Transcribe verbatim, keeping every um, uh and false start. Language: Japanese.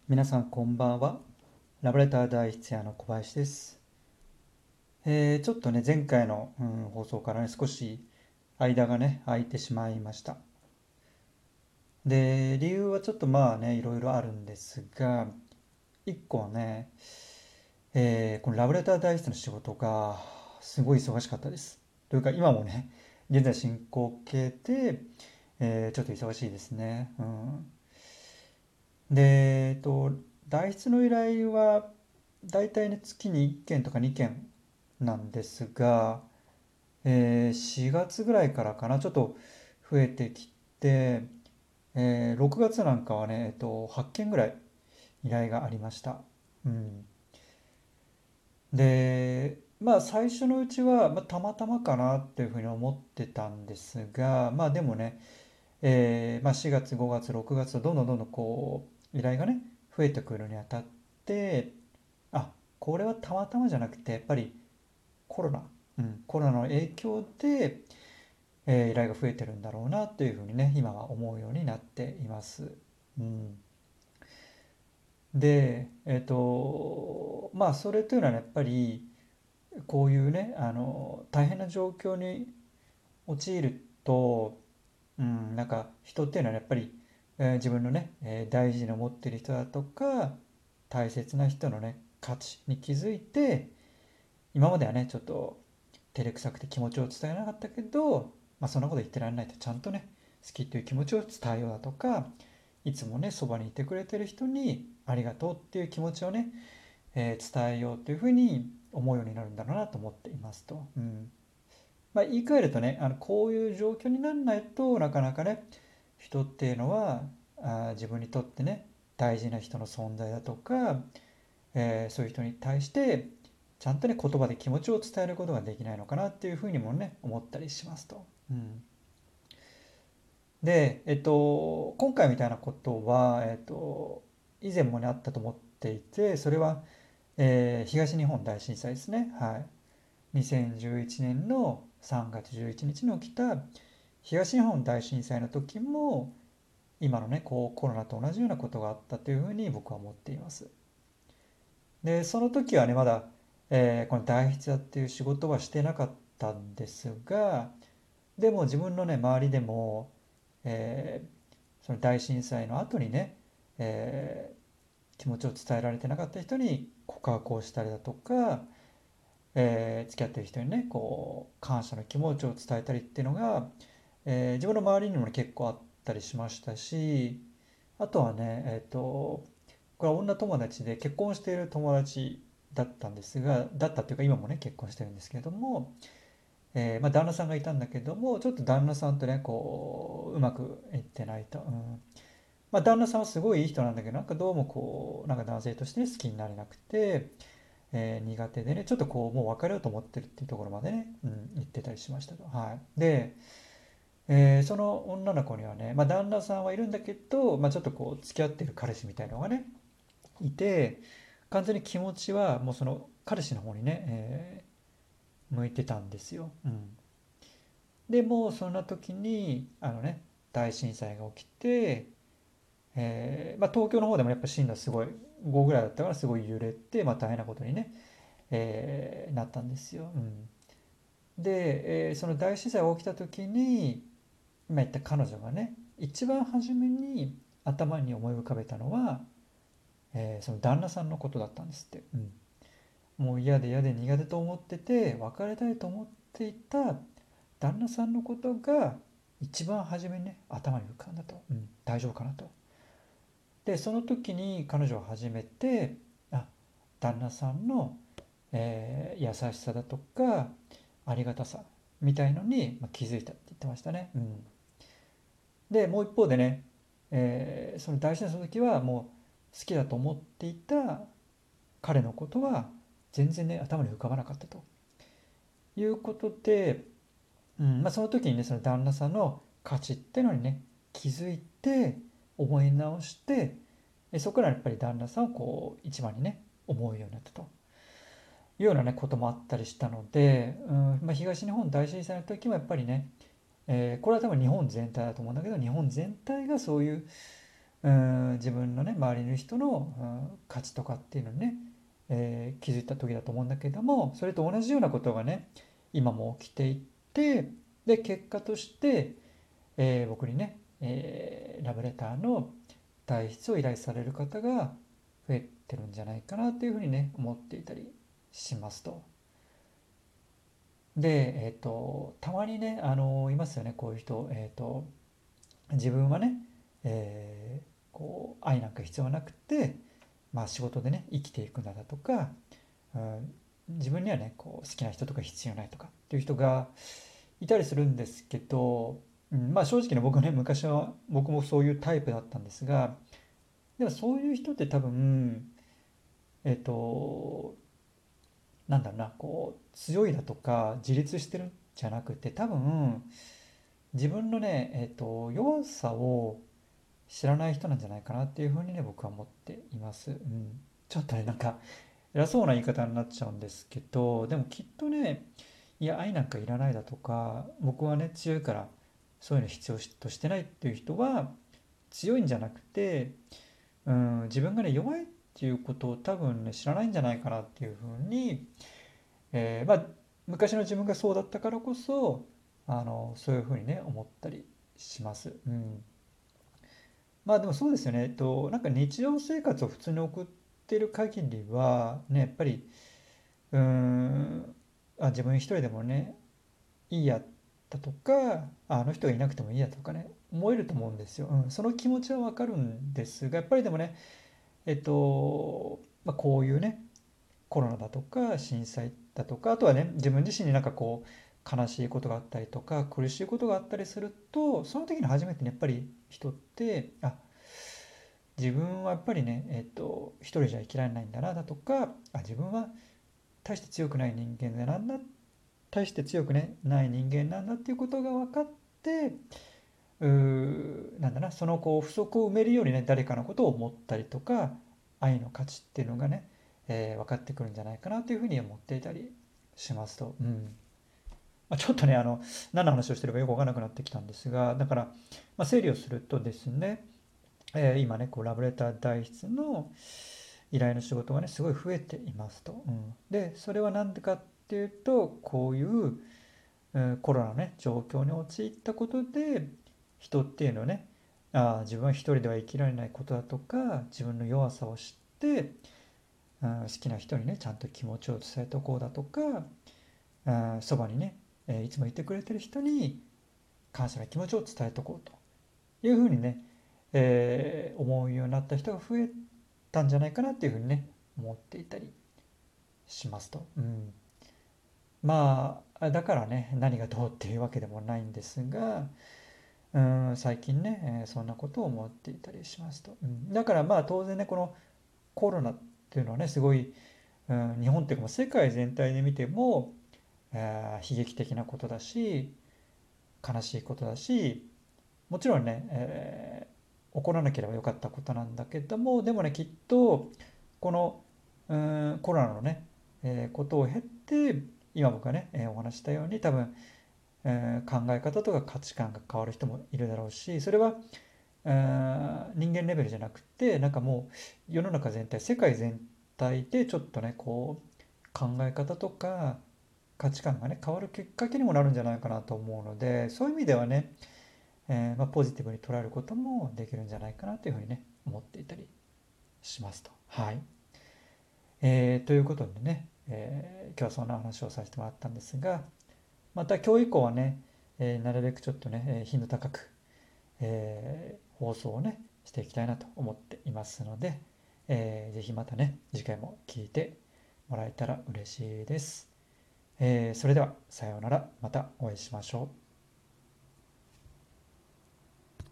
皆さんこんばんは。ラブレター大筆屋の小林です。えーちょっとね、前回の、うん、放送からね、少し間がね、空いてしまいました。で、理由はちょっとまあね、いろいろあるんですが、一個はね、えーこのラブレター大筆の仕事がすごい忙しかったです。というか、今もね、現在進行形で、えーちょっと忙しいですね。うん。で、えっと、代筆の依頼は、だいたいね、月にいっけんとかにけんなんですが、えーしがつぐらいからかな、ちょっと増えてきて、えーろくがつなんかはね、えっと、はっけんぐらい依頼がありました。うん。で、まあ最初のうちは、まあ、たまたまかなっていうふうに思ってたんですが、まあでもね、えーまあ、しがつ、ごがつ、ろくがつとどんどんどんどんこう依頼がね増えてくるにあたって、あ、これはたまたまじゃなくてやっぱりコロナ、うん、コロナの影響で、えー依頼が増えてるんだろうなというふうにね今は思うようになっています。うん、で、えっとまあそれというのはやっぱりこういうねあの大変な状況に陥ると、うん、なんか人っていうのはやっぱり、えー自分のね、えー大事に思ってる人だとか大切な人のね価値に気づいて、今まではねちょっと照れくさくて気持ちを伝えなかったけど、まあ、そんなこと言ってられないとちゃんとね好きという気持ちを伝えようだとか、いつもねそばにいてくれてる人にありがとうっていう気持ちをね、えー伝えようというふうに思うようになるんだろうなと思っていますと。うんまあ、言い換えるとね、あのこういう状況にならないとなかなかね人っていうのはあ自分にとってね大事な人の存在だとか、えーそういう人に対してちゃんとね言葉で気持ちを伝えることができないのかなっていうふうにもね思ったりしますと。うん、で、えっと、今回みたいなことは、えっと、以前もねあったと思っていて、それは、えー東日本大震災ですね。はい。にせんじゅういちねんのさんがつじゅういちにちに起きた東日本大震災の時も今のねこうコロナと同じようなことがあったというふうに僕は思っています。でその時はねまだ、えーこの代筆屋っていう仕事はしてなかったんですが、でも自分のね周りでも、えーその大震災の後にね、えー気持ちを伝えられてなかった人に告白をしたりだとか、えー付き合ってる人にねこう感謝の気持ちを伝えたりっていうのが、えー自分の周りにもね結構あったりしましたし、あとはねえっ、とこれは女友達で結婚している友達だったんですが、だったっていうか今もね結婚してるんですけれども、えーまあ、旦那さんがいたんだけどもちょっと旦那さんとねこううまくいってないと、うんまあ、旦那さんはすごいいい人なんだけどなんかどうもこうなんか男性として好きになれなくて、えー苦手でねちょっとこうもう別れようと思ってるっていうところまでね、うん、言ってたりしましたと。はい、で、えーその女の子にはね、まあ、旦那さんはいるんだけど、まあ、ちょっとこう付き合ってる彼氏みたいなのがねいて、完全に気持ちはもうその彼氏の方にね、えー向いてたんですよ。うん、でもうそんな時にあのね大震災が起きて、えーまあ、東京の方でもやっぱ震度すごいごぐらいだったからすごい揺れて、まあ、大変なことにね、えーなったんですよ。うん、で、えーその大震災が起きた時に今言った彼女がね一番初めに頭に思い浮かべたのは、えーその旦那さんのことだったんですって。うん、もう嫌で嫌で苦手と思ってて別れたいと思っていた旦那さんのことが一番初めにね頭に浮かんだと、うん、大丈夫かなと。でその時に彼女は初めてあ旦那さんの、えー優しさだとかありがたさみたいのに、まあ、気づいたって言ってましたね。うん、でもう一方でね、えーその大震災の時はもう好きだと思っていた彼のことは全然ね頭に浮かばなかったということで、うんまあ、その時にねその旦那さんの価値っていうのにね気づいて思い直して、そこからやっぱり旦那さんをこう一番にね思うようになったというようなねこともあったりしたので、うんまあ、東日本大震災の時もやっぱりね、えーこれは多分日本全体だと思うんだけど日本全体がそういううん、自分のね、周りの人の、うん、価値とかっていうのにね、えー気づいた時だと思うんだけども、それと同じようなことがね、今も起きていって、で、結果として、えー僕にね、えーラブレターの代筆を依頼される方が増えてるんじゃないかなっていうふうにね、思っていたりしますと。で、えっと、たまにね、あの、いますよね、こういう人。えっと、自分はね、えーこう、愛なんか必要はなくて、まあ仕事でね、生きていくんだとか、うん、自分にはね、こう、好きな人とか必要ないとかっていう人がいたりするんですけど、うん、まあ正直ね、僕ね、昔は僕もそういうタイプだったんですが、でもそういう人って多分、えっと、なんだろうな、こう、強いだとか、自立してるんじゃなくて、多分、自分のね、えっと、弱さを知らない人なんじゃないかなっていうふうにね、僕は思っています。うん。ちょっとね、なんか、偉そうな言い方になっちゃうんですけど、でもきっとね、いや、愛なんかいらないだとか、僕はね、強いから、そういうの必要としてないっていう人は、強いんじゃなくて、うん、自分がね、弱いっていうことを多分ね、知らないんじゃないかなっていうふうに、えーまあ、昔の自分がそうだったからこそ、あの、そういうふうにね、思ったりします。うん。まあでもそうですよね。えっと、なんか日常生活を普通に送ってる限りは、ね、やっぱり、うーん、あ、自分一人でもね、いいやだとか、ああの人がいなくてもいいやとかね、思えると思うんですよ。うん、その気持ちはわかるんですが、やっぱりでもね、えっと、まあ、こういうね、コロナだとか震災だとか、あとはね、自分自身になんかこう悲しいことがあったりとか苦しいことがあったりすると、その時に初めてね、やっぱり人って、あ、自分はやっぱりね、えっと、一人じゃ生きられないんだなだとか、あ、自分は大して強くない人間だなんだ、大して強くね、ない人間なんだっていうことが分かって、うーなんだな、そのこう不足を埋めるようにね、誰かのことを思ったりとか、愛の価値っていうのがね、えー分かってくるんじゃないかなというふうに思っていたりしますと。うん。まあ、ちょっとね、あの、何の話をしてるかよくわからなくなってきたんですが、だから、まあ、整理をするとですね、えー今ね、こうラブレター代筆の依頼の仕事がね、すごい増えていますと。うん、で、それは何でかっていうと、こういう、うん、コロナのね、状況に陥ったことで、人っていうのはね、あー自分は一人では生きられないことだとか、自分の弱さを知って、うん、好きな人にね、ちゃんと気持ちを伝えておこうだとか、うん、そばにね、えーいつもいてくれてる人に感謝の気持ちを伝えておこうというふうにね、えー思うようになった人が増えたんじゃないかなっていうふうにね、思っていたりしますと。うん。まあ、だからね、何がどうっていうわけでもないんですが、うん、最近ね、えーそんなことを思っていたりしますと。うん、だからまあ当然ね、このコロナっていうのはね、すごい、うん、日本っていうかもう世界全体で見ても、えー悲劇的なことだし、悲しいことだし、もちろんね、えー起こらなければよかったことなんだけども、でもね、きっと、この、うーん、コロナのね、えーことを経て、今僕がね、えーお話ししたように、多分、えー考え方とか価値観が変わる人もいるだろうし、それは、えー人間レベルじゃなくて、なんかもう、世の中全体、世界全体でちょっとね、こう、考え方とか価値観がね、変わるきっかけにもなるんじゃないかなと思うので、そういう意味ではね、えーまあ、ポジティブに捉えることもできるんじゃないかなというふうにね、思っていたりしますと。はい。えーということでね、えー今日はそんな話をさせてもらったんですが、また今日以降はね、えーなるべくちょっとね、えー頻度高く、えー放送をね、していきたいなと思っていますので、えーぜひまたね、次回も聞いてもらえたら嬉しいです。えーそれでは、さようなら。またお会いしましょう。